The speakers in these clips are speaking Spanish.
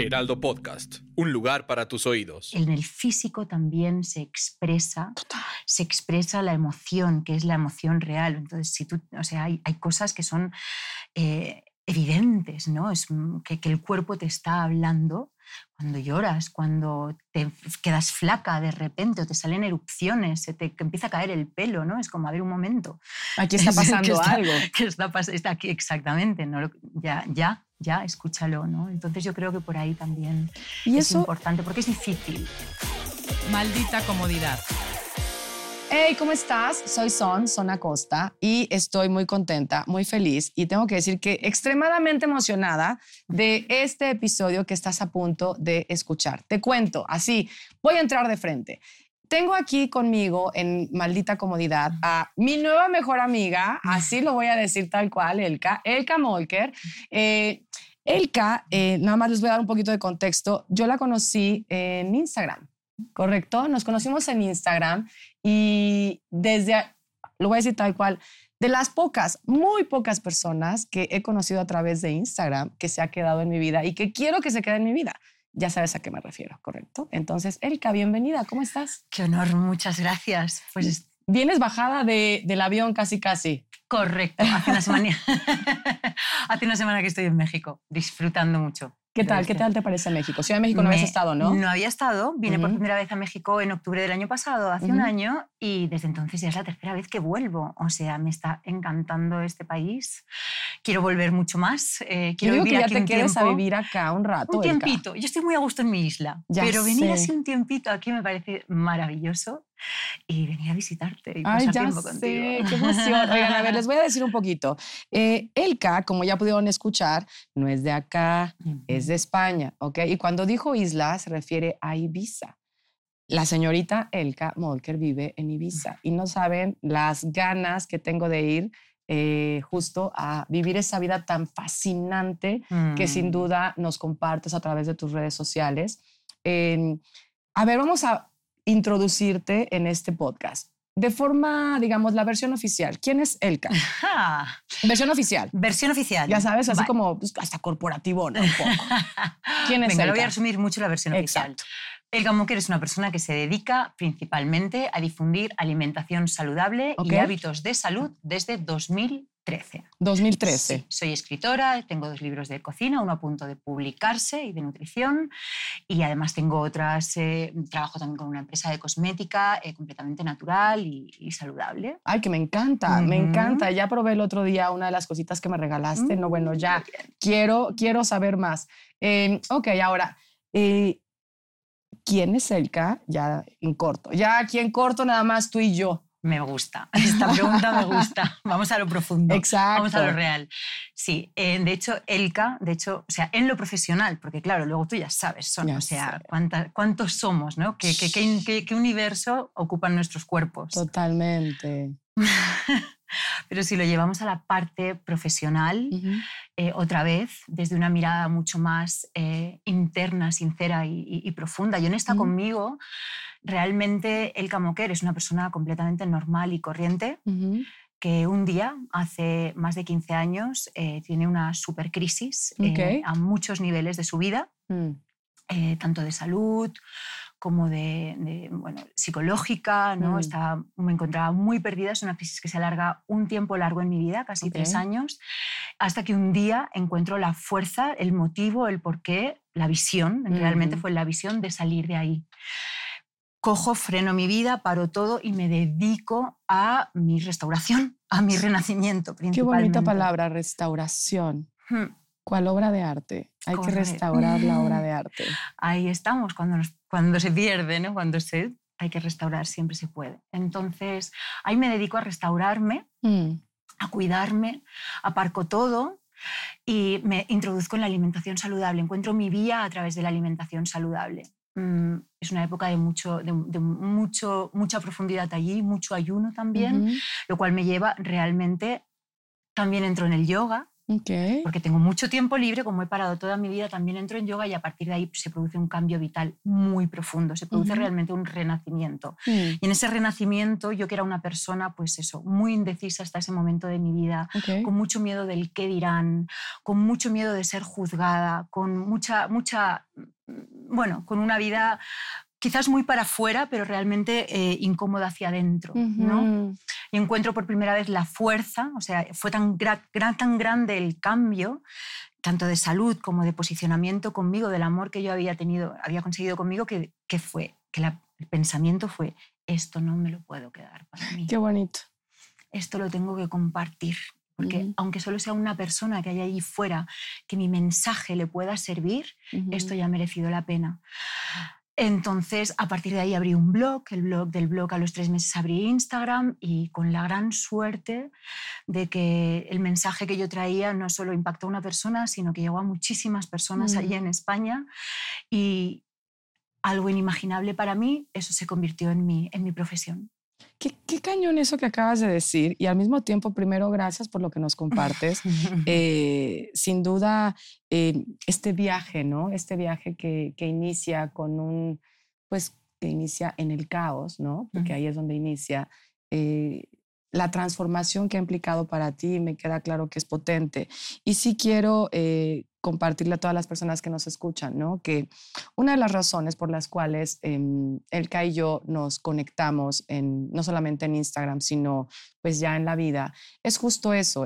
Heraldo Podcast, un lugar para tus oídos. En el físico también se expresa la emoción, que es la emoción real. Entonces, hay cosas que son evidentes, ¿no? Es que el cuerpo te está hablando cuando lloras, cuando te quedas flaca de repente o te salen erupciones, que empieza a caer el pelo, ¿no? Es como, a ver, un momento. Aquí está pasando algo. Está aquí, exactamente, ¿no? Ya, escúchalo, ¿no? Entonces yo creo que por ahí también es importante, porque es difícil. Maldita comodidad. Hey, ¿cómo estás? Soy Son Acosta, y estoy muy contenta, muy feliz, y tengo que decir que extremadamente emocionada de este episodio que estás a punto de escuchar. Te cuento, así, voy a entrar de frente. Tengo aquí conmigo en Maldita Comodidad a mi nueva mejor amiga, así lo voy a decir tal cual, Elka Molker. Elka, nada más les voy a dar un poquito de contexto. Yo la conocí en Instagram, ¿correcto? Nos conocimos en Instagram y lo voy a decir tal cual, de las muy pocas personas que he conocido a través de Instagram que se ha quedado en mi vida y que quiero que se quede en mi vida. Ya sabes a qué me refiero, ¿correcto? Entonces, Elka, bienvenida, ¿cómo estás? Qué honor, muchas gracias. Pues vienes bajada del avión casi. Correcto, hace una semana que estoy en México, disfrutando mucho. ¿Qué tal te parece México? Ciudad de México no habías estado, ¿no? No había estado, vine por primera vez a México en octubre del año pasado, hace un año, y desde entonces ya es la tercera vez que vuelvo. O sea, me está encantando este país, quiero volver mucho más. Quiero Yo digo vivir que ya aquí te quedes a vivir acá un rato. Un tiempito, yo estoy muy a gusto en mi isla, pero venir así un tiempito aquí me parece maravilloso. Y venir a visitarte y pasar tiempo contigo. ¡Qué emoción! Oigan, a ver, les voy a decir un poquito. Elka, como ya pudieron escuchar, no es de acá, es de España, ¿ok? Y cuando dijo isla, se refiere a Ibiza. La señorita Elka Molker vive en Ibiza y no saben las ganas que tengo de ir justo a vivir esa vida tan fascinante que sin duda nos compartes a través de tus redes sociales. A ver, vamos a introducirte en este podcast. De forma, digamos, la versión oficial. ¿Quién es Elka? Versión oficial. Versión oficial. Ya sabes, así como hasta corporativo, ¿no? Un poco. ¿Quién es Elka? Lo voy a resumir mucho la versión oficial. Elka Molker es una persona que se dedica principalmente a difundir alimentación saludable y hábitos de salud desde 2013. 2013. Sí, soy escritora, tengo 2 libros de cocina, uno a punto de publicarse y de nutrición, y además tengo otras, trabajo también con una empresa de cosmética completamente natural y saludable. Ay, que me encanta, me encanta. Ya probé el otro día una de las cositas que me regalaste. No, bueno, ya quiero saber más. Ok, ahora, ¿quién es Elka? Ya en corto. Ya aquí en corto nada más tú y yo. Me gusta. Esta pregunta me gusta. Vamos a lo profundo. Exacto. Vamos a lo real. Sí, de hecho, Elka, o sea, en lo profesional, porque claro, luego tú ya sabes, cuántos somos, ¿no? ¿Qué universo ocupan nuestros cuerpos? Totalmente. Pero si lo llevamos a la parte profesional, otra vez, desde una mirada mucho más interna, sincera y profunda y honesta conmigo, realmente Elka Molker es una persona completamente normal y corriente que un día, hace más de 15 años, tiene una supercrisis a muchos niveles de su vida, tanto de salud como de psicológica, ¿no? Me encontraba muy perdida, es una crisis que se alarga un tiempo largo en mi vida, casi 3 años, hasta que un día encuentro la fuerza, el motivo, el porqué, la visión, realmente fue la visión de salir de ahí. Cojo, freno mi vida, paro todo y me dedico a mi restauración, a mi renacimiento principalmente. Qué bonita palabra, restauración. ¿Cuál obra de arte? Hay que restaurar la obra de arte. Ahí estamos, cuando se pierde, ¿no? Hay que restaurar, siempre se puede. Entonces, ahí me dedico a restaurarme, a cuidarme, aparco todo y me introduzco en la alimentación saludable. Encuentro mi vía a través de la alimentación saludable. Es una época de mucha profundidad allí, mucho ayuno también, lo cual me lleva realmente. También entro en el yoga, Okay. Porque tengo mucho tiempo libre, como he parado toda mi vida, también entro en yoga y a partir de ahí se produce un cambio vital muy profundo, se produce realmente un renacimiento. Y en ese renacimiento, yo que era una persona, pues eso, muy indecisa hasta ese momento de mi vida, con mucho miedo del qué dirán, con mucho miedo de ser juzgada, con bueno, con una vida quizás muy para afuera, pero realmente incómoda hacia adentro, ¿no? Y encuentro por primera vez la fuerza, o sea, fue tan grande el cambio, tanto de salud como de posicionamiento conmigo, del amor que yo había conseguido conmigo, que el pensamiento fue, esto no me lo puedo quedar para mí. Qué bonito. Esto lo tengo que compartir, porque aunque solo sea una persona que hay allí fuera, que mi mensaje le pueda servir, esto ya ha merecido la pena. Entonces, a partir de ahí abrí un blog, del blog a los 3 meses abrí Instagram y con la gran suerte de que el mensaje que yo traía no solo impactó a una persona, sino que llegó a muchísimas personas allí en España y algo inimaginable para mí, eso se convirtió en mi profesión. Qué cañón eso que acabas de decir y al mismo tiempo, primero, gracias por lo que nos compartes. Sin duda, este viaje, ¿no? Este viaje que inicia que inicia en el caos, ¿no? Porque ahí es donde inicia. La transformación que ha implicado para ti me queda claro que es potente. Y sí quiero compartirle a todas las personas que nos escuchan, ¿no? Que una de las razones por las cuales Elka y yo nos conectamos no solamente en Instagram, sino pues ya en la vida, es justo eso,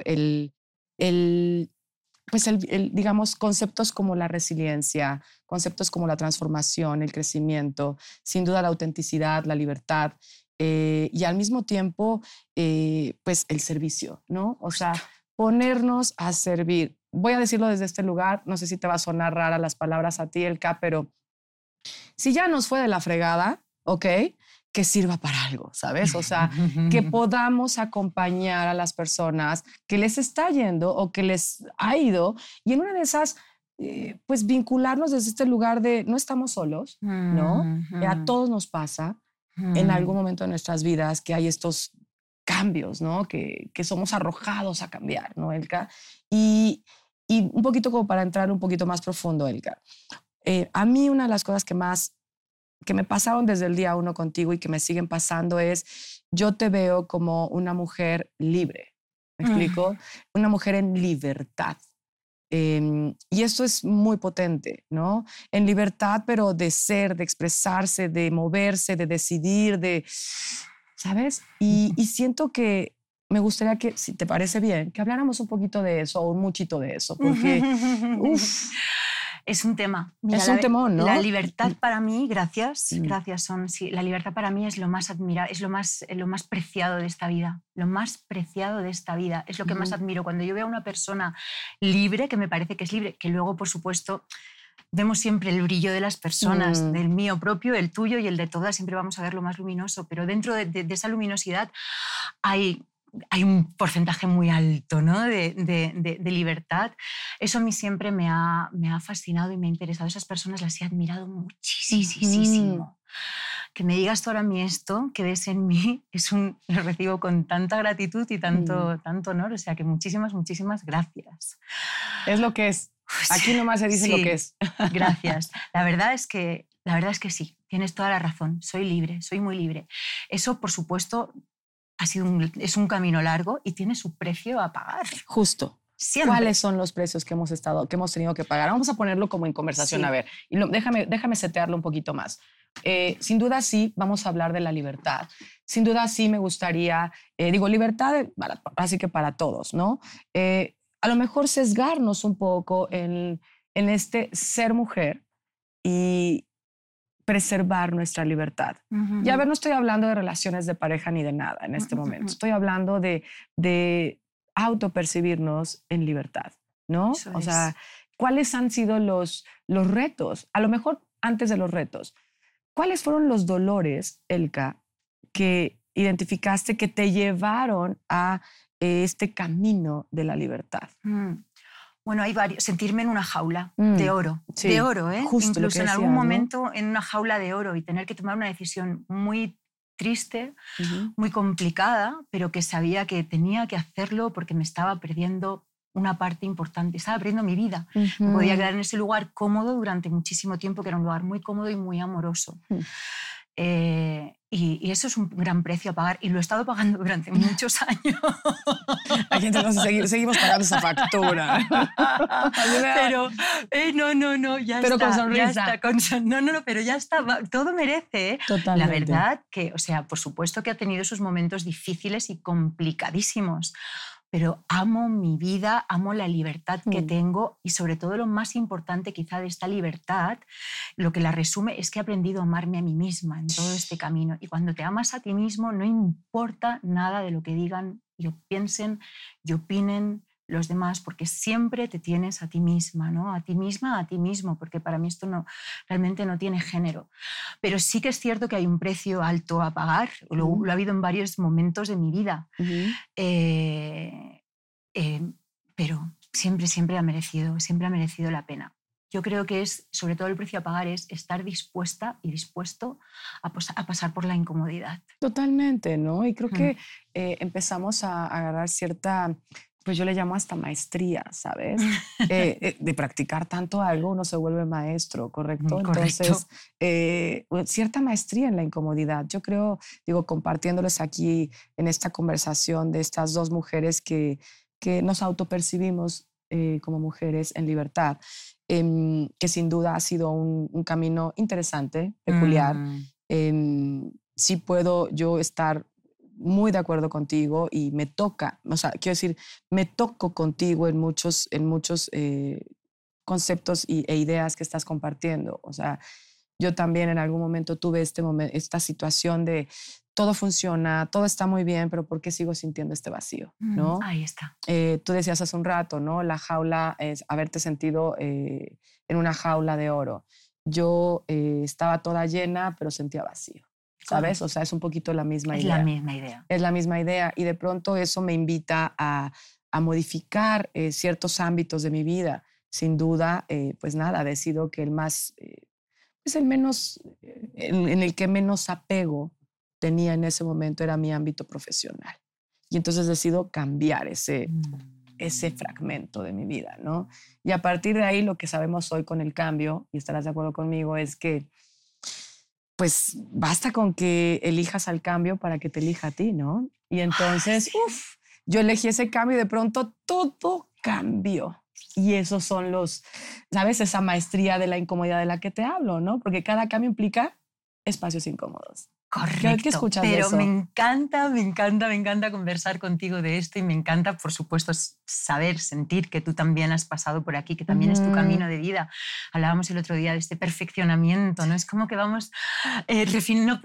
digamos, conceptos como la resiliencia, conceptos como la transformación, el crecimiento, sin duda la autenticidad, la libertad, y al mismo tiempo, pues el servicio, ¿no? O sea, ponernos a servir. Voy a decirlo desde este lugar, no sé si te va a sonar rara las palabras a ti, Elka, pero si ya nos fue de la fregada, ¿ok? Que sirva para algo, ¿sabes? O sea, que podamos acompañar a las personas que les está yendo o que les ha ido y en una de esas, pues vincularnos desde este lugar de no estamos solos, ¿no? A todos nos pasa en algún momento de nuestras vidas que hay estos cambios, ¿no? Que somos arrojados a cambiar, ¿no, Elka? Y un poquito como para entrar un poquito más profundo, Elka. A mí una de las cosas que me pasaron desde el día 1 contigo y que me siguen pasando es, yo te veo como una mujer libre, ¿me explico? Una mujer en libertad. Y esto es muy potente, ¿no? En libertad, pero de ser, de expresarse, de moverse, de decidir, ¿sabes? Y siento que me gustaría que, si te parece bien, que habláramos un poquito de eso o un muchito de eso, porque es un tema. Mira, es un temón, ¿no? La libertad para mí, gracias, Son. Sí, la libertad para mí es lo más admirable, es lo más preciado de esta vida. Lo más preciado de esta vida. Es lo que más admiro. Cuando yo veo a una persona libre, que me parece que es libre, que luego, por supuesto, vemos siempre el brillo de las personas, del mío propio, el tuyo y el de todas, siempre vamos a ver lo más luminoso, pero dentro de esa luminosidad hay un porcentaje muy alto, ¿no? de libertad. Eso a mí siempre me ha fascinado y me ha interesado. Esas personas las he admirado muchísimo. Que me digas tú ahora a mí esto, que ves en mí, lo recibo con tanta gratitud y tanto honor. O sea que muchísimas gracias. Es lo que es. Aquí nomás se dice lo que es. Gracias. La verdad es que sí, tienes toda la razón. Soy libre, soy muy libre. Eso, por supuesto, es un camino largo y tiene su precio a pagar. Justo. Siempre. ¿Cuáles son los precios que hemos tenido que pagar? Vamos a ponerlo como en conversación, a ver. Y déjame setearlo un poquito más. Sin duda sí, vamos a hablar de la libertad. Sin duda sí me gustaría, libertad así que para todos, ¿no? A lo mejor sesgarnos un poco en este ser mujer y preservar nuestra libertad. Y a ver, no estoy hablando de relaciones de pareja ni de nada en este momento. Estoy hablando de autopercibirnos en libertad, ¿no? O sea, ¿cuáles han sido los retos? A lo mejor antes de los retos, ¿cuáles fueron los dolores, Elka, que identificaste que te llevaron a este camino de la libertad? Bueno, hay varios. Sentirme en una jaula de oro. Sí, de oro, ¿eh? Justo incluso en algún momento en una jaula de oro y tener que tomar una decisión muy triste, muy complicada, pero que sabía que tenía que hacerlo porque me estaba perdiendo una parte importante. Estaba perdiendo mi vida. Me podía quedar en ese lugar cómodo durante muchísimo tiempo, que era un lugar muy cómodo y muy amoroso. Y eso es un gran precio a pagar, y lo he estado pagando durante muchos años. Aquí entonces seguimos pagando esa factura. Pero no, ya pero está. Con sonrisa. Pero ya está. Todo merece, ¿eh? Totalmente. La verdad que, o sea, por supuesto que ha tenido sus momentos difíciles y complicadísimos, pero amo mi vida, amo la libertad que tengo, y sobre todo lo más importante quizá de esta libertad, lo que la resume es que he aprendido a amarme a mí misma en todo este camino. Y cuando te amas a ti mismo, no importa nada de lo que digan y piensen y opinen los demás, porque siempre te tienes a ti misma, ¿no? A ti misma, a ti mismo, porque para mí esto realmente no tiene género. Pero sí que es cierto que hay un precio alto a pagar, lo ha habido en varios momentos de mi vida, pero siempre ha merecido la pena. Yo creo que sobre todo el precio a pagar es estar dispuesta y dispuesto a pasar por la incomodidad. Totalmente, ¿no? Y creo que empezamos a agarrar cierta, pues yo le llamo hasta maestría, ¿sabes? De practicar tanto algo uno se vuelve maestro, ¿correcto? Entonces, cierta maestría en la incomodidad. Yo creo, compartiéndoles aquí en esta conversación de estas dos mujeres que nos autopercibimos como mujeres en libertad, que sin duda ha sido un camino interesante, peculiar. Sí puedo yo estar muy de acuerdo contigo y me toca, o sea, quiero decir, me toco contigo en muchos conceptos e ideas que estás compartiendo. O sea, yo también en algún momento tuve esta situación de todo funciona, todo está muy bien, pero ¿por qué sigo sintiendo este vacío? ¿No? Ahí está. Tú decías hace un rato, ¿no? La jaula es haberte sentido en una jaula de oro. Yo estaba toda llena, pero sentía vacío. ¿Sabes? O sea, es un poquito la misma idea. Es la misma idea. Es la misma idea. Y de pronto eso me invita a modificar ciertos ámbitos de mi vida. Sin duda, pues nada, decido que el más, pues el menos, en el que menos apego tenía en ese momento era mi ámbito profesional. Y entonces decido cambiar ese fragmento de mi vida, ¿no? Y a partir de ahí lo que sabemos hoy con el cambio, y estarás de acuerdo conmigo, es que pues basta con que elijas al cambio para que te elija a ti, ¿no? Y entonces, yo elegí ese cambio y de pronto todo cambió. Y esos son ¿sabes? Esa maestría de la incomodidad de la que te hablo, ¿no? Porque cada cambio implica espacios incómodos. Correcto, ¿Qué escuchas pero de eso? me encanta conversar contigo de esto, y me encanta, por supuesto, sentir que tú también has pasado por aquí, que también es tu camino de vida. Hablábamos el otro día de este perfeccionamiento, ¿no? Es como que vamos refinándonos.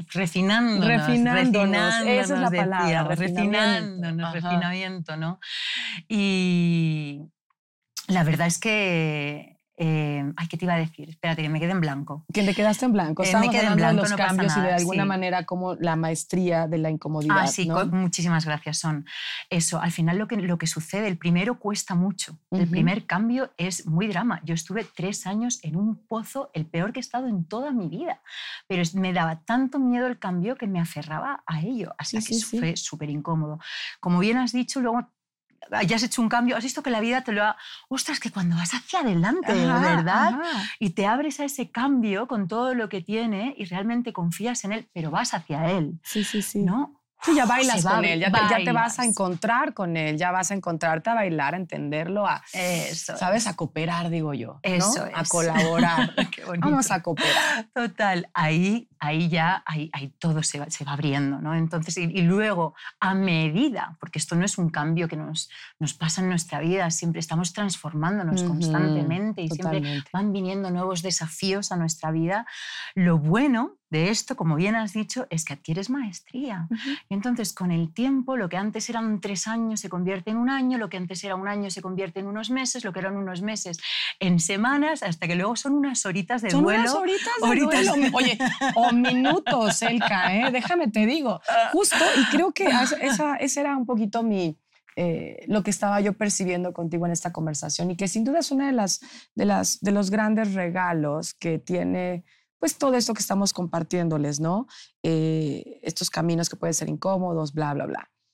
Esa es la palabra, refinamiento, ¿no? Y la verdad es que... ¿qué te iba a decir? Espérate, que me quedé en blanco. Que te quedaste en blanco. Estábamos hablando de los cambios y de alguna sí. manera como la maestría de la incomodidad. Sí, ¿no? Muchísimas gracias, Son. Eso, al final lo que sucede, el primero cuesta mucho. El primer cambio es muy drama. Yo estuve 3 años en un pozo, el peor que he estado en toda mi vida. Pero me daba tanto miedo el cambio que me aferraba a ello, hasta que fue súper incómodo. Como bien has dicho, luego ya has hecho un cambio, has visto que la vida te lo ha... Ostras, que cuando vas hacia adelante, ¿verdad? Y te abres a ese cambio con todo lo que tiene y realmente confías en él, pero vas hacia él. Sí. ¿No? Sí, ya bailas con él, ya te vas a encontrar con él, ya vas a encontrarte a bailar, a entenderlo, ¿sabes? A cooperar, digo yo. Eso ¿no? A colaborar. Qué bonito. Vamos a cooperar. Total, ahí todo se va abriendo, ¿no? Entonces, y luego, a medida, porque esto no es un cambio que nos pasa en nuestra vida, siempre estamos transformándonos constantemente y totalmente. Siempre van viniendo nuevos desafíos a nuestra vida. Lo bueno de esto, como bien has dicho, es que adquieres maestría. Y entonces, con el tiempo, lo que antes eran 3 años se convierte en 1 año, lo que antes era 1 año se convierte en unos meses, lo que eran unos meses en semanas, hasta que luego son unas horitas de duelo. Son unas horitas de duelo. Oye, o minutos, Elka, déjame te digo. Justo, y creo que ese era un poquito lo que estaba yo percibiendo contigo en esta conversación, y que sin duda es una de los grandes regalos que tiene pues todo esto que estamos compartiéndoles, ¿no? Estos caminos que pueden ser incómodos, bla, bla, bla.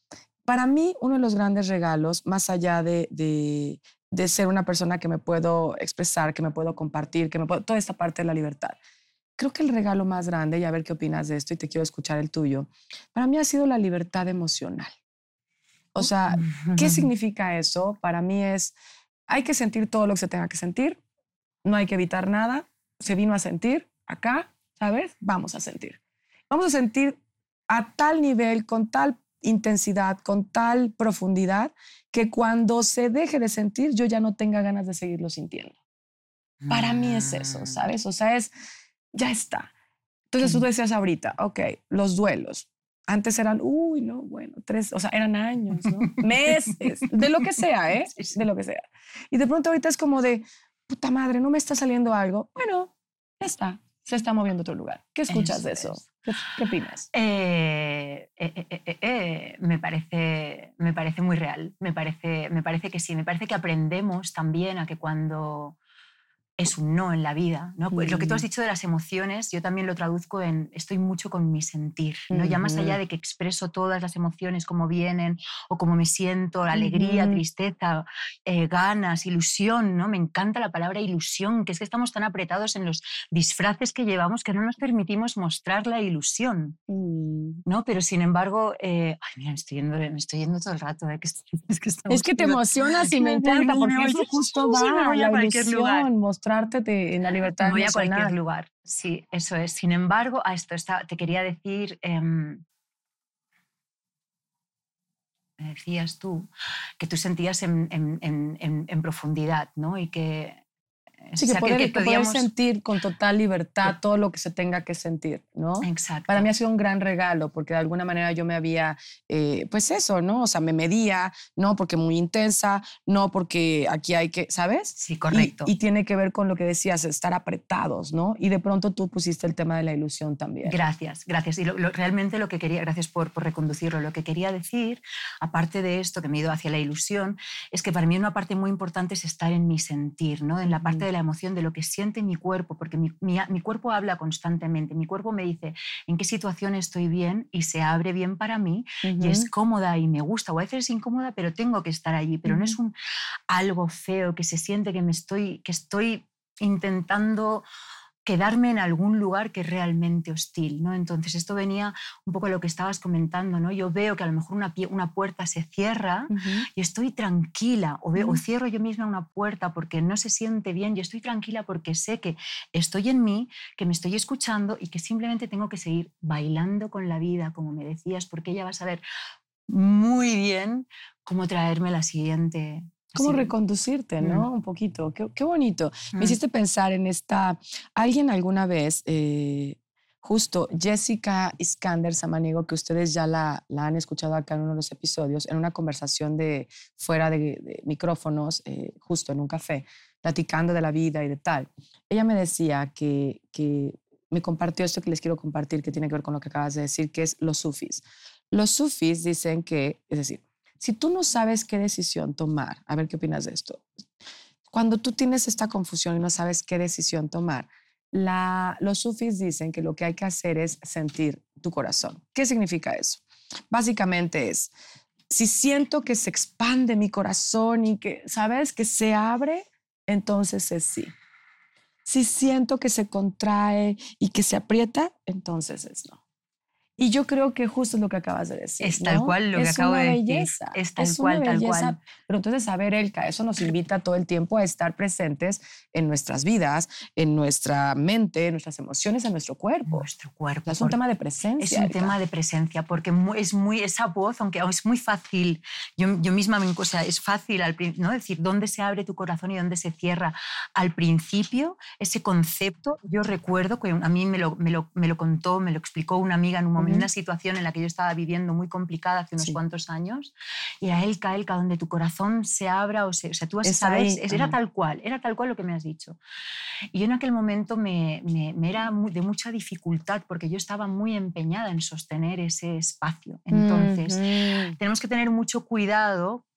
Para mí, uno de los grandes regalos, más allá de ser una persona que me puedo expresar, que me puedo compartir, toda esta parte de la libertad, creo que el regalo más grande, y a ver qué opinas de esto y te quiero escuchar el tuyo, para mí ha sido la libertad emocional. O sea, ¿qué significa eso? Para mí es, hay que sentir todo lo que se tenga que sentir, no hay que evitar nada, se vino a sentir acá, ¿sabes? Vamos a sentir. Vamos a sentir a tal nivel, con tal intensidad, con tal profundidad, que cuando se deje de sentir, yo ya no tenga ganas de seguirlo sintiendo. Para mí es eso, ¿sabes? O sea, ya está. Entonces tú decías ahorita, ok, los duelos. Antes eran, no, bueno, 3, o sea, eran años, ¿no? Meses, de lo que sea, ¿eh? Sí. De lo que sea. Y de pronto ahorita es como de, puta madre, no me está saliendo algo. Bueno, ya está, se está moviendo a otro lugar. ¿Qué escuchas de eso? ¿Qué opinas? Me parece muy real. Me parece que sí. Me parece que aprendemos también a que cuando es un no en la vida, ¿no? Pues lo que tú has dicho de las emociones, yo también lo traduzco en estoy mucho con mi sentir, ¿no? Ya más allá de que expreso todas las emociones como vienen o como me siento, alegría, tristeza, ganas, ilusión, ¿no? Me encanta la palabra ilusión, que es que estamos tan apretados en los disfraces que llevamos que no nos permitimos mostrar la ilusión, ¿no? Pero sin embargo, ay, mira, me estoy yendo todo el rato, ¿eh? Es que te emocionas y me encanta porque eso justo va, la ilusión, mostrarte en la libertad me voy emocional. a cualquier lugar, sí, eso es. Sin embargo, te quería decir, me decías tú, que tú sentías en profundidad, ¿no? Y que... Sí, que poder sentir con total libertad todo lo que se tenga que sentir, ¿no? Exacto. Para mí ha sido un gran regalo porque de alguna manera yo me había, pues eso, ¿no? O sea, me medía, no porque muy intensa, no porque aquí hay que, ¿sabes? Sí, correcto. Y tiene que ver con lo que decías, estar apretados, ¿no? Y de pronto tú pusiste el tema de la ilusión también. Gracias. Y realmente lo que quería, gracias por reconducirlo, lo que quería decir, aparte de esto que me he ido hacia la ilusión, es que para mí una parte muy importante es estar en mi sentir, ¿no? En la parte de la emoción, de lo que siente mi cuerpo, porque mi cuerpo habla constantemente, mi cuerpo me dice en qué situación estoy bien y se abre bien para mí y es cómoda y me gusta, o a veces es incómoda, pero tengo que estar allí, pero no es algo feo que se siente que estoy intentando quedarme en algún lugar que es realmente hostil, ¿no? Entonces esto venía un poco a lo que estabas comentando, ¿no? Yo veo que a lo mejor una puerta se cierra y estoy tranquila, o cierro yo misma una puerta porque no se siente bien, yo estoy tranquila porque sé que estoy en mí, que me estoy escuchando y que simplemente tengo que seguir bailando con la vida, como me decías, porque ella va a saber muy bien cómo traerme la siguiente... ¿Cómo reconducirte, no? Un poquito. Qué bonito. Me hiciste pensar en alguien alguna vez, justo Jessica Iskander Samaniego, que ustedes ya la han escuchado acá en uno de los episodios, en una conversación fuera de micrófonos, justo en un café, platicando de la vida y de tal. Ella me decía que me compartió esto que les quiero compartir, que tiene que ver con lo que acabas de decir, que es los sufis. Los sufis dicen que, es decir, si tú no sabes qué decisión tomar, a ver qué opinas de esto, cuando tú tienes esta confusión y no sabes qué decisión tomar, los sufis dicen que lo que hay que hacer es sentir tu corazón. ¿Qué significa eso? Básicamente es, si siento que se expande mi corazón y que, ¿sabes?, que se abre, entonces es sí. Si siento que se contrae y que se aprieta, entonces es no. Y yo creo que justo es lo que acabas de decir. Es tal cual lo que acabo de decir. Es tal cual. Pero entonces, a ver, Elka, eso nos invita todo el tiempo a estar presentes en nuestras vidas, en nuestra mente, en nuestras emociones, en nuestro cuerpo. Nuestro cuerpo. Es un tema de presencia. Es un tema de presencia, porque es muy esa voz, aunque es muy fácil, yo misma, o sea, es fácil, ¿no? Decir dónde se abre tu corazón y dónde se cierra. Al principio, ese concepto, yo recuerdo que a mí me lo contó, me lo explicó una amiga en un momento, en una situación en la que yo estaba viviendo muy complicada hace unos cuantos años, y era Elka, donde tu corazón se abra, o sea, tú vas a saber, era tal cual lo que me has dicho. Y yo en aquel momento me era de mucha dificultad porque yo estaba muy empeñada en sostener ese espacio. Entonces, tenemos que tener mucho cuidado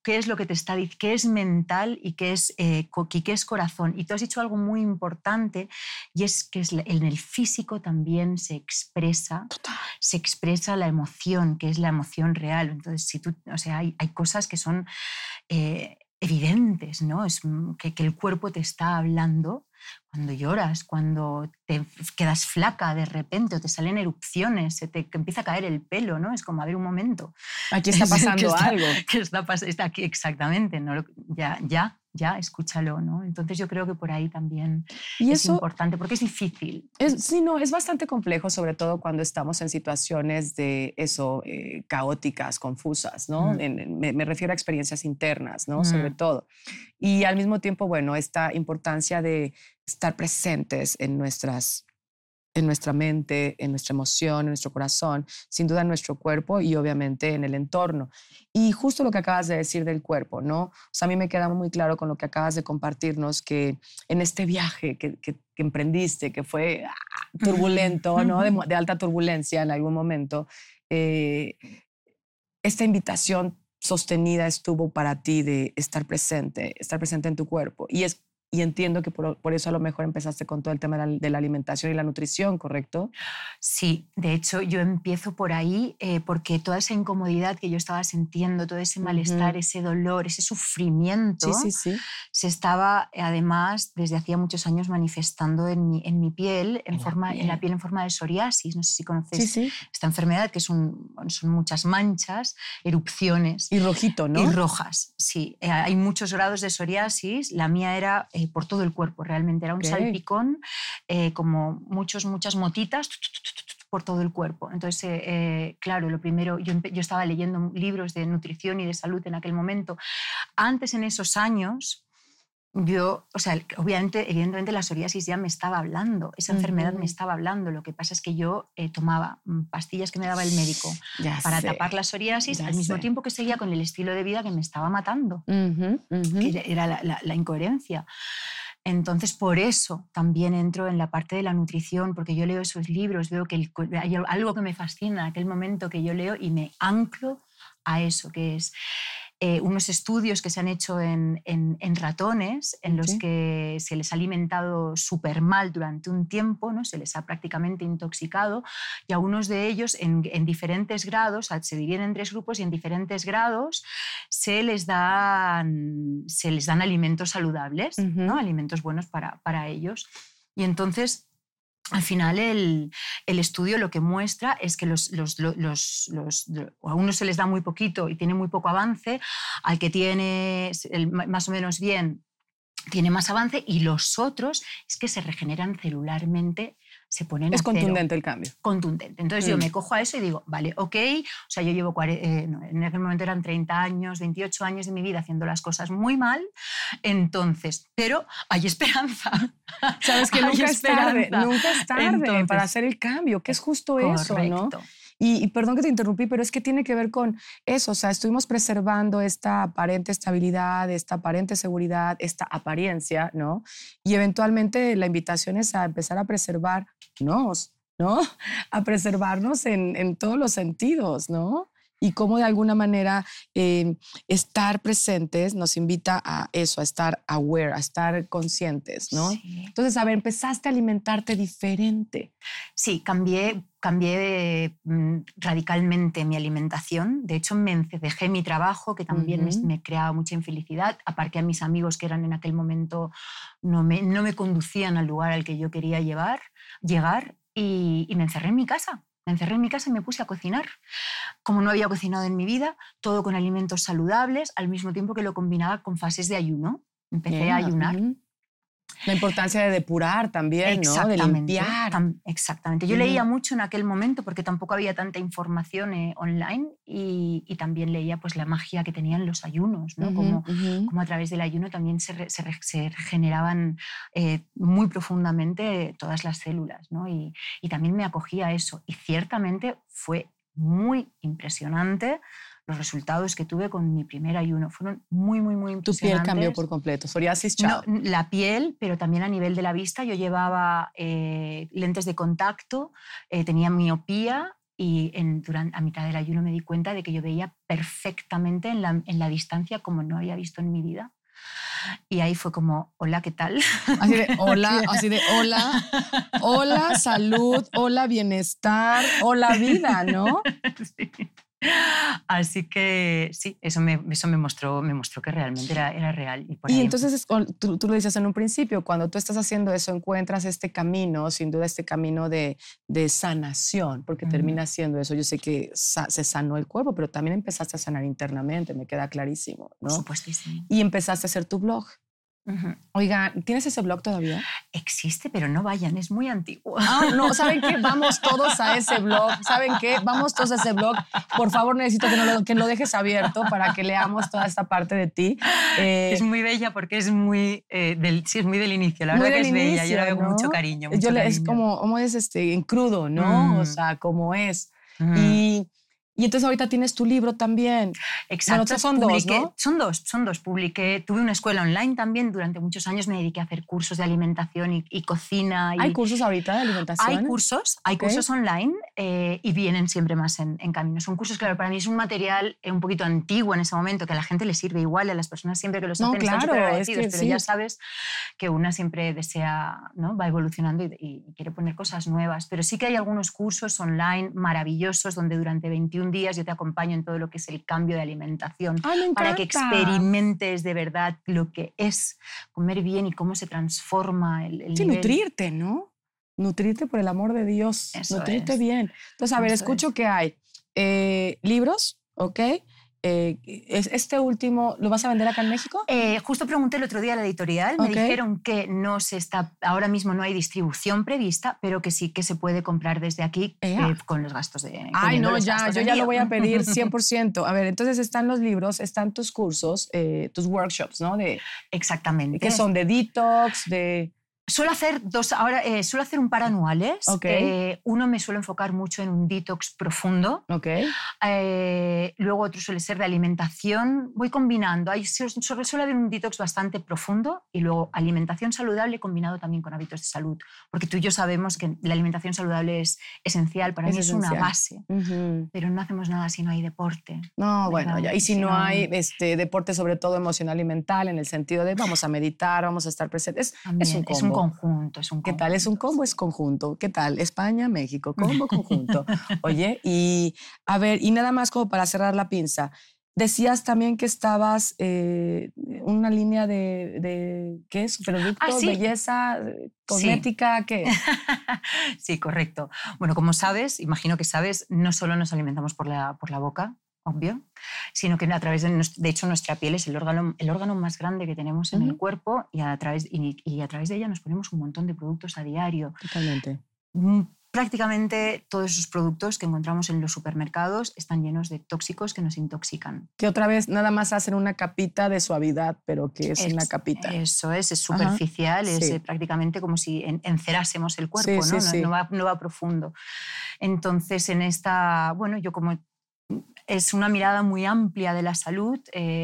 qué es lo que te está diciendo, qué es mental y qué es corazón. Y tú has dicho algo muy importante, y es que en el físico también se expresa la emoción, que es la emoción real. Entonces, hay cosas que son evidentes, ¿no? Es que el cuerpo te está hablando cuando lloras, cuando te quedas flaca de repente o te salen erupciones, que empieza a caer el pelo, ¿no? Es como, a ver, un momento. Aquí está pasando algo. Está aquí, exactamente, ¿no? Ya, escúchalo, ¿no? Entonces yo creo que por ahí también es importante, porque es difícil. Es bastante complejo, sobre todo cuando estamos en situaciones de eso, caóticas, confusas, ¿no? Me refiero a experiencias internas, ¿no? Sobre todo. Y al mismo tiempo, bueno, esta importancia de estar presentes en nuestra mente, en nuestra emoción, en nuestro corazón, sin duda en nuestro cuerpo y obviamente en el entorno. Y justo lo que acabas de decir del cuerpo, ¿no? O sea, a mí me queda muy claro con lo que acabas de compartirnos, que en este viaje que emprendiste, que fue turbulento, ¿no? De alta turbulencia en algún momento, esta invitación sostenida estuvo para ti de estar presente en tu cuerpo. Y entiendo que por eso a lo mejor empezaste con todo el tema de la alimentación y la nutrición, ¿correcto? Sí, de hecho yo empiezo por ahí porque toda esa incomodidad que yo estaba sintiendo, todo ese malestar, ese dolor, ese sufrimiento, se estaba además desde hacía muchos años manifestando en mi piel, en la piel en forma de psoriasis. No sé si conoces esta enfermedad, que son muchas manchas, erupciones. Y rojito, ¿no? Y rojas, sí. Hay muchos grados de psoriasis. La mía era por todo el cuerpo, realmente. Era un salpicón, como muchas motitas por todo el cuerpo. Entonces, claro, lo primero, yo estaba leyendo libros de nutrición y de salud en aquel momento. Antes, en esos años, evidentemente la psoriasis ya me estaba hablando, esa enfermedad me estaba hablando. Lo que pasa es que yo tomaba pastillas que me daba el médico para tapar la psoriasis, al mismo tiempo que seguía con el estilo de vida que me estaba matando, que era la incoherencia. Entonces, por eso también entro en la parte de la nutrición, porque yo leo esos libros, veo que hay algo que me fascina en aquel momento que yo leo y me anclo a eso, que es unos estudios que se han hecho en ratones en los que se les ha alimentado súper mal durante un tiempo, ¿no? Se les ha prácticamente intoxicado, y a algunos de ellos en diferentes grados, se dividen en 3 grupos y en diferentes grados se les dan alimentos saludables, ¿no? Alimentos buenos para ellos. Y entonces, al final, el estudio lo que muestra es que a unos se les da muy poquito y tiene muy poco avance, al que tiene más o menos bien tiene más avance, y los otros es que se regeneran celularmente, se ponen a cero. Es contundente el cambio. Contundente. Entonces yo me cojo a eso y digo, vale, ok, o sea, yo llevo en aquel momento eran 30 años, 28 años de mi vida haciendo las cosas muy mal, entonces, pero hay esperanza. Sabes que nunca es tarde entonces, para hacer el cambio, que es justo eso, ¿no? Y perdón que te interrumpí, pero es que tiene que ver con eso. O sea, estuvimos preservando esta aparente estabilidad, esta aparente seguridad, esta apariencia, ¿no? Y eventualmente la invitación es a empezar a preservarnos, ¿no? A preservarnos en todos los sentidos, ¿no? Y cómo de alguna manera estar presentes nos invita a eso, a estar aware, a estar conscientes, ¿no? Sí. Entonces, a ver, empezaste a alimentarte diferente. Sí, cambié radicalmente mi alimentación. De hecho, dejé mi trabajo, que también me creaba mucha infelicidad. Aparqué a mis amigos que eran en aquel momento, no me conducían al lugar al que yo quería llegar, y me encerré en mi casa. Me encerré en mi casa y me puse a cocinar. Como no había cocinado en mi vida, todo con alimentos saludables, al mismo tiempo que lo combinaba con fases de ayuno. Empecé a ayunar. La importancia de depurar también, ¿no? De limpiar. Exactamente. Yo leía mucho en aquel momento porque tampoco había tanta información online, y también leía pues la magia que tenían los ayunos, ¿no? Como a través del ayuno también se regeneraban muy profundamente todas las células, ¿no? Y también me acogía a eso. Y ciertamente fue muy impresionante. Los resultados que tuve con mi primer ayuno fueron muy, muy, muy impresionantes. Tu piel cambió por completo. Psoriasis, chao. No, la piel, pero también a nivel de la vista. Yo llevaba lentes de contacto, tenía miopía, y a mitad del ayuno me di cuenta de que yo veía perfectamente en la distancia como no había visto en mi vida. Y ahí fue como, hola, ¿qué tal? Hola, salud, hola, bienestar, hola, vida, ¿no? Sí. Así que sí, eso me mostró que realmente era real. Y entonces tú lo dices en un principio, cuando tú estás haciendo eso encuentras este camino, sin duda este camino de sanación, porque termina siendo eso. Yo sé que se sanó el cuerpo, pero también empezaste a sanar internamente, me queda clarísimo, ¿no? Por supuestísimo. Y empezaste a hacer tu blog. Oiga, ¿tienes ese blog todavía? Existe, pero no vayan, es muy antiguo. No, ¿saben qué? Vamos todos a ese blog. ¿Saben qué? Vamos todos a ese blog. Por favor, necesito que lo dejes abierto para que leamos toda esta parte de ti. Es muy bella porque es muy, es muy del inicio. La verdad que es bella, yo la veo con mucho cariño. Es como es en crudo, ¿no? O sea, como es. Y entonces ahorita tienes tu libro también. Exacto. Bueno, son dos, ¿no? Son dos. Tuve una escuela online también. Durante muchos años me dediqué a hacer cursos de alimentación y cocina. ¿Hay cursos ahorita de alimentación? Hay cursos online y vienen siempre más en camino. Son cursos, claro, para mí es un material un poquito antiguo en ese momento, que a la gente le sirve igual, a las personas siempre que los hacen están súper agradecidos, pero ya sabes que una siempre desea, ¿no? Va evolucionando y quiere poner cosas nuevas. Pero sí que hay algunos cursos online maravillosos donde durante 21 días yo te acompaño en todo lo que es el cambio de alimentación para que experimentes de verdad lo que es comer bien y cómo se transforma el nivel. Nutrirte, ¿no? Nutrirte por el amor de Dios. Nutrirte bien. Entonces, a ver, escucho que hay libros, ¿ok? Este último, ¿lo vas a vender acá en México? Justo pregunté el otro día a la editorial, me dijeron que ahora mismo no hay distribución prevista, pero que sí que se puede comprar desde aquí con los gastos de... Ay, no, yo ya lo voy a pedir 100%. A ver, entonces están los libros, están tus cursos, tus workshops, ¿no? Exactamente. Que son de detox, de... Suelo hacer suelo hacer un par anuales. Uno me suelo enfocar mucho en un detox profundo. Luego otro suele ser de alimentación. Voy combinando. Suele haber un detox bastante profundo y luego alimentación saludable combinado también con hábitos de salud. Porque tú y yo sabemos que la alimentación saludable es esencial. Para mí es una base. Pero no hacemos nada si no hay deporte. No, bueno, ya. Y si no hay deporte, sobre todo emocional y mental, en el sentido de vamos a meditar, vamos a estar presentes. Es un combo. Conjunto. ¿Qué tal? ¿Es un combo? Es conjunto. ¿Qué tal? España, México, combo, conjunto. Oye, y a ver, y nada más como para cerrar la pinza. Decías también que estabas una línea de ¿qué es? Superproductos, belleza, cosmética, ¿qué? Sí, correcto. Bueno, como sabes, imagino que sabes, no solo nos alimentamos por la boca, obvio, sino que a través de hecho nuestra piel es el órgano más grande que tenemos en el cuerpo y a través de ella nos ponemos un montón de productos a diario. Totalmente. Prácticamente todos esos productos que encontramos en los supermercados están llenos de tóxicos que nos intoxican. Que otra vez nada más hacen una capita de suavidad, pero que es una capita. Eso es superficial, es prácticamente como si encerásemos el cuerpo, no va profundo. Entonces en esta, bueno, yo como... Es una mirada muy amplia de la salud,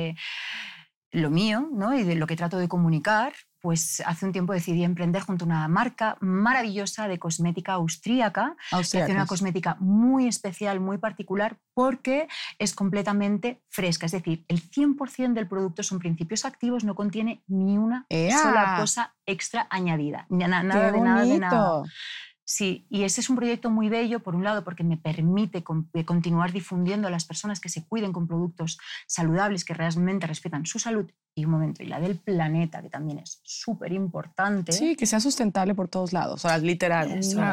lo mío, ¿no? Y de lo que trato de comunicar, pues hace un tiempo decidí emprender junto a una marca maravillosa de cosmética austríaca, que hace una cosmética muy especial, muy particular, porque es completamente fresca. Es decir, el 100% del producto son principios activos, no contiene ni una sola cosa extra añadida. Nada de nada. Sí, y ese es un proyecto muy bello, por un lado, porque me permite continuar difundiendo a las personas que se cuiden con productos saludables, que realmente respetan su salud y la del planeta, que también es súper importante. Sí, que sea sustentable por todos lados, o sea, literal,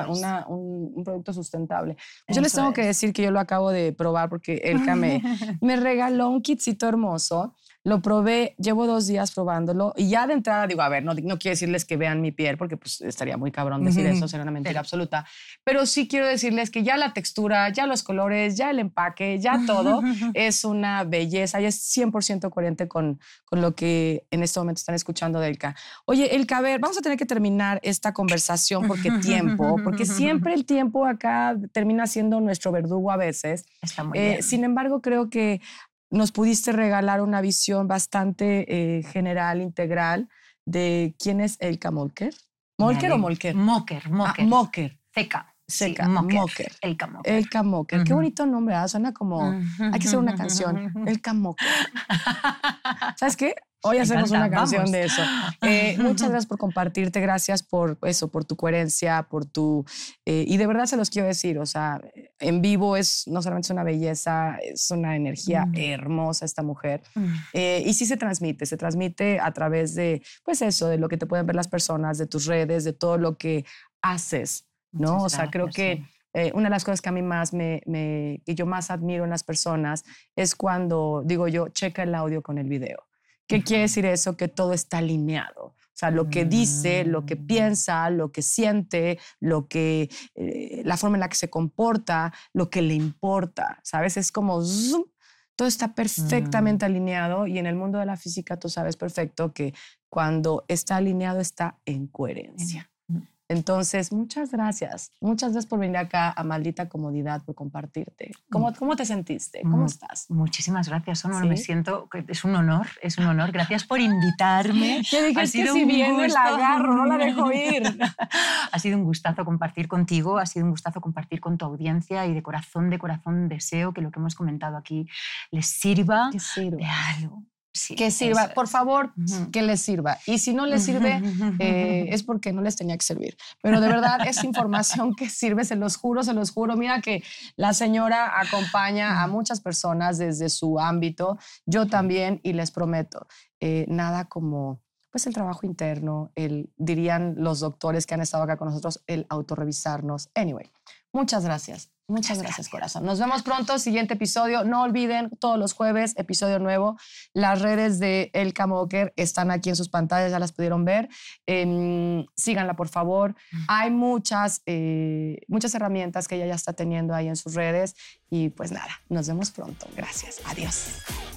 un producto sustentable. Yo les tengo que decir que yo lo acabo de probar porque Elka me regaló un kitcito hermoso. Lo probé, llevo 2 días probándolo y ya de entrada digo, a ver, no quiero decirles que vean mi piel porque pues estaría muy cabrón decir eso, sería una mentira absoluta, pero sí quiero decirles que ya la textura, ya los colores, ya el empaque, ya todo es una belleza y es 100% coherente con lo que en este momento están escuchando de Elka. Oye, Elka, a ver, vamos a tener que terminar esta conversación porque siempre el tiempo acá termina siendo nuestro verdugo a veces. Está muy bien. Sin embargo, creo que nos pudiste regalar una visión bastante general, integral, de quién es Elka Molker. ¿Molker o Molker? Moker. Moker. Ceca. seca. Sí, Mocker. El Camocker. El Camocker. Qué bonito nombre, ¿eh? Suena como... Hay que hacer una canción. El Camocker. ¿Sabes qué? Hoy hacemos una canción de eso. Muchas gracias por compartirte, gracias por eso, por tu coherencia, por tu... y de verdad se los quiero decir, o sea, en vivo no solamente es una belleza, es una energía hermosa esta mujer. Y sí se transmite a través de, pues eso, de lo que te pueden ver las personas, de tus redes, de todo lo que haces, ¿no? Muchas o sea, gracias, creo que... una de las cosas que a mí más que yo más admiro en las personas es cuando, digo yo, checa el audio con el video. ¿Qué quiere decir eso? Que todo está alineado. O sea, lo que dice, lo que piensa, lo que siente, la forma en la que se comporta, lo que le importa, ¿sabes? Es como zoom, todo está perfectamente alineado y en el mundo de la física tú sabes perfecto que cuando está alineado está en coherencia. Entonces, muchas gracias. Muchas gracias por venir acá a Maldita Comodidad, por compartirte. ¿Cómo te sentiste? ¿Cómo estás? Muchísimas gracias, Sonor. ¿Sí? Me siento que es un honor. Gracias por invitarme. Yo dije, es que si viene la agarro, no la dejo ir. Ha sido un gustazo compartir contigo, ha sido un gustazo compartir con tu audiencia y de corazón deseo que lo que hemos comentado aquí les sirva de algo. Sí, que sirva, por favor, que les sirva. Y si no les sirve, es porque no les tenía que servir. Pero de verdad es información que sirve, se los juro. Mira que la señora acompaña a muchas personas desde su ámbito, yo también, y les prometo, nada como pues el trabajo interno, dirían los doctores que han estado acá con nosotros, el autorrevisarnos. Anyway, muchas gracias. Muchas gracias, corazón. Nos vemos pronto, siguiente episodio. No olviden, todos los jueves, episodio nuevo. Las redes de El Camocker están aquí en sus pantallas, ya las pudieron ver. Síganla, por favor. Hay muchas herramientas que ella ya está teniendo ahí en sus redes. Y pues nada, nos vemos pronto. Gracias. Adiós.